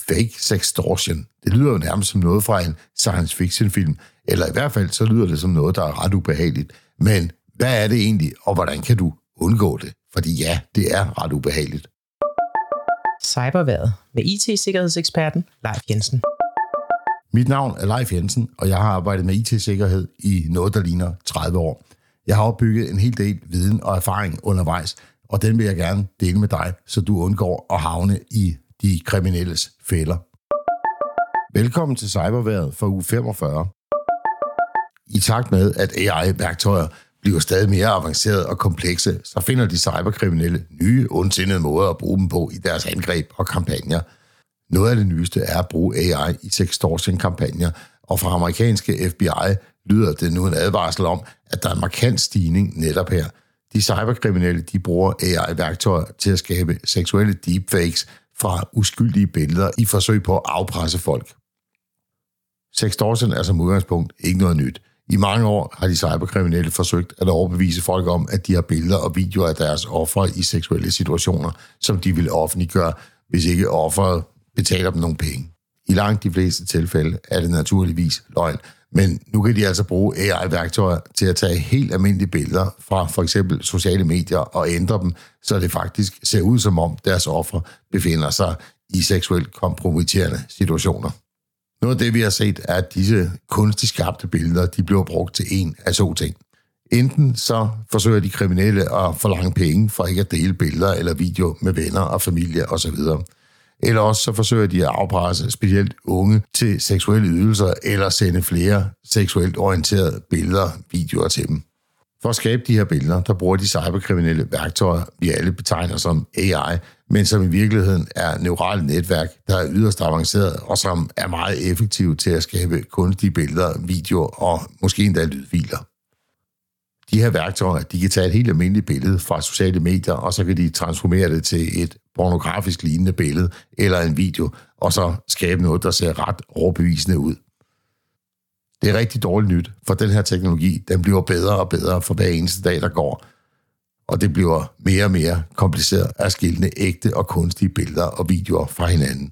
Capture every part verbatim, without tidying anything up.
deepfake sextortion. Det lyder jo nærmest som noget fra en science fiction film, eller i hvert fald så lyder det som noget, der er ret ubehageligt. Men hvad er det egentlig, og hvordan kan du undgå det? Fordi ja, det er ret ubehageligt. Cyberværet med I T-sikkerhedseksperten Leif Jensen. Mit navn er Leif Jensen, og jeg har arbejdet med I T-sikkerhed i noget, der ligner tredive år. Jeg har opbygget en hel del viden og erfaring undervejs, og den vil jeg gerne dele med dig, så du undgår at havne i de kriminelles fælder. Velkommen til Cyberværet for uge femogfyrre. I takt med, at A I-værktøjer bliver stadig mere avancerede og komplekse, så finder de cyberkriminelle nye, ondsindede måder at bruge dem på i deres angreb og kampagner. Noget af det nyeste er at bruge A I i sextortion-kampagner, og fra amerikanske F B I lyder det nu en advarsel om, at der er en markant stigning netop her. De cyberkriminelle de bruger A I-værktøjer til at skabe seksuelle deepfakes fra uskyldige billeder i forsøg på at afpresse folk. Sextortion er som udgangspunkt ikke noget nyt. I mange år har de cyberkriminelle forsøgt at overbevise folk om, at de har billeder og videoer af deres ofre i seksuelle situationer, som de vil offentliggøre, hvis ikke offeret betaler dem nogle penge. I langt de fleste tilfælde er det naturligvis løgn, men nu kan de altså bruge A I-værktøjer til at tage helt almindelige billeder fra for eksempel sociale medier og ændre dem, så det faktisk ser ud som om deres ofre befinder sig i seksuelt kompromitterende situationer. Noget af det, vi har set, er, at disse kunstigt skabte billeder, de bliver brugt til en af to ting. Enten så forsøger de kriminelle at forlange penge for ikke at dele billeder eller video med venner og familie osv. Eller også så forsøger de at afpresse specielt unge til seksuelle ydelser eller sende flere seksuelt orienterede billeder, videoer til dem. For at skabe de her billeder, der bruger de cyberkriminelle værktøjer, vi alle betegner som A I, men som i virkeligheden er neurale netværk, der er yderst avanceret og som er meget effektive til at skabe kunstige billeder, videoer og måske endda lydfiler. De her værktøjer, de kan tage et helt almindeligt billede fra sociale medier, og så kan de transformere det til et pornografisk lignende billede eller en video, og så skabe noget, der ser ret overbevisende ud. Det er rigtig dårligt nyt, for den her teknologi, den bliver bedre og bedre for hver eneste dag, der går, og det bliver mere og mere kompliceret at skille ægte og kunstige billeder og videoer fra hinanden.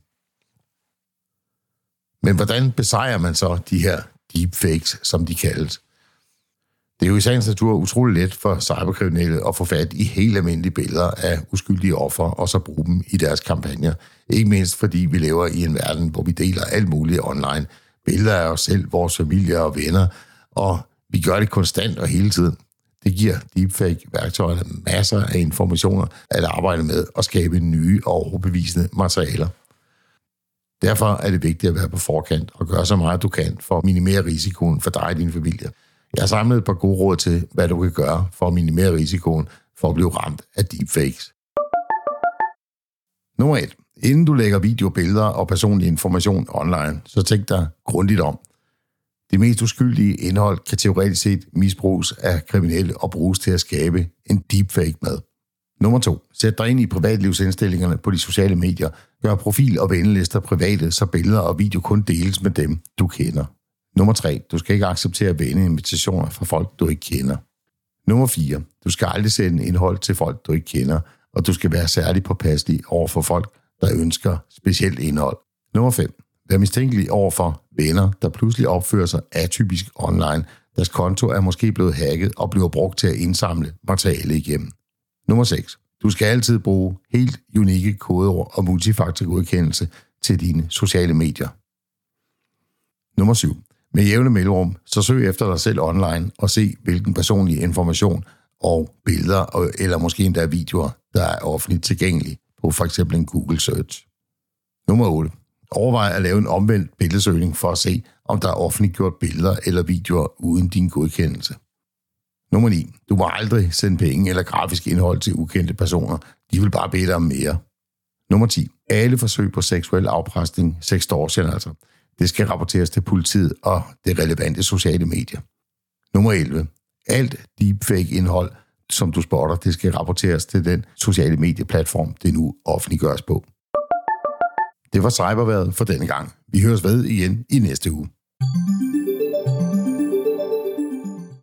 Men hvordan besejrer man så de her deepfakes, som de kaldes? Det er jo i sagens natur utrolig let for cyberkriminelle at få fat i helt almindelige billeder af uskyldige ofre, og så bruge dem i deres kampagner. Ikke mindst fordi vi lever i en verden, hvor vi deler alt muligt online. Billeder af os selv, vores familie og venner, og vi gør det konstant og hele tiden. Det giver deepfake-værktøjerne masser af informationer at arbejde med og skabe nye og overbevisende materialer. Derfor er det vigtigt at være på forkant og gøre så meget du kan for at minimere risikoen for dig og din familie. Jeg har samlet et par gode råd til, hvad du kan gøre for at minimere risikoen for at blive ramt af deepfakes. Nummer et. Inden du lægger video, billeder og personlig information online, så tænk dig grundigt om. Det mest uskyldige indhold kan teoretisk set misbruges af kriminelle og bruges til at skabe en deepfake med. Nummer to. Sæt dig ind i privatlivsindstillingerne på de sociale medier. Gør profil- og vennelister private, så billeder og video kun deles med dem, du kender. Nummer tre. Du skal ikke acceptere venneinvitationer fra folk, du ikke kender. Nummer fire. Du skal aldrig sende indhold til folk, du ikke kender, og du skal være særlig påpasselig over for folk, der ønsker specielt indhold. Nummer fem. Vær mistænkelig over for venner, der pludselig opfører sig atypisk online. Deres konto er måske blevet hacket og bliver brugt til at indsamle materiale igennem. Nummer seks. Du skal altid bruge helt unikke kodeord og multifaktorgodkendelse til dine sociale medier. Nummer syv. Med jævne mellemrum, så søg efter dig selv online og se, hvilken personlig information og billeder eller måske endda videoer, der er offentligt tilgængelige på for eksempel en Google Search. Nummer otte. Overvej at lave en omvendt billedsøgning for at se, om der er offentliggjort billeder eller videoer uden din godkendelse. Nummer ni. Du må aldrig sende penge eller grafisk indhold til ukendte personer. De vil bare bede dig om mere. Nummer ti. Alle forsøg på seksuel afpresning, sextortion altså, det skal rapporteres til politiet og det relevante sociale medier. Nummer elleve. Alt deepfake-indhold, som du spotter, det skal rapporteres til den sociale medieplatform, det nu offentliggøres på. Det var Cyberværet for denne gang. Vi høres ved igen i næste uge.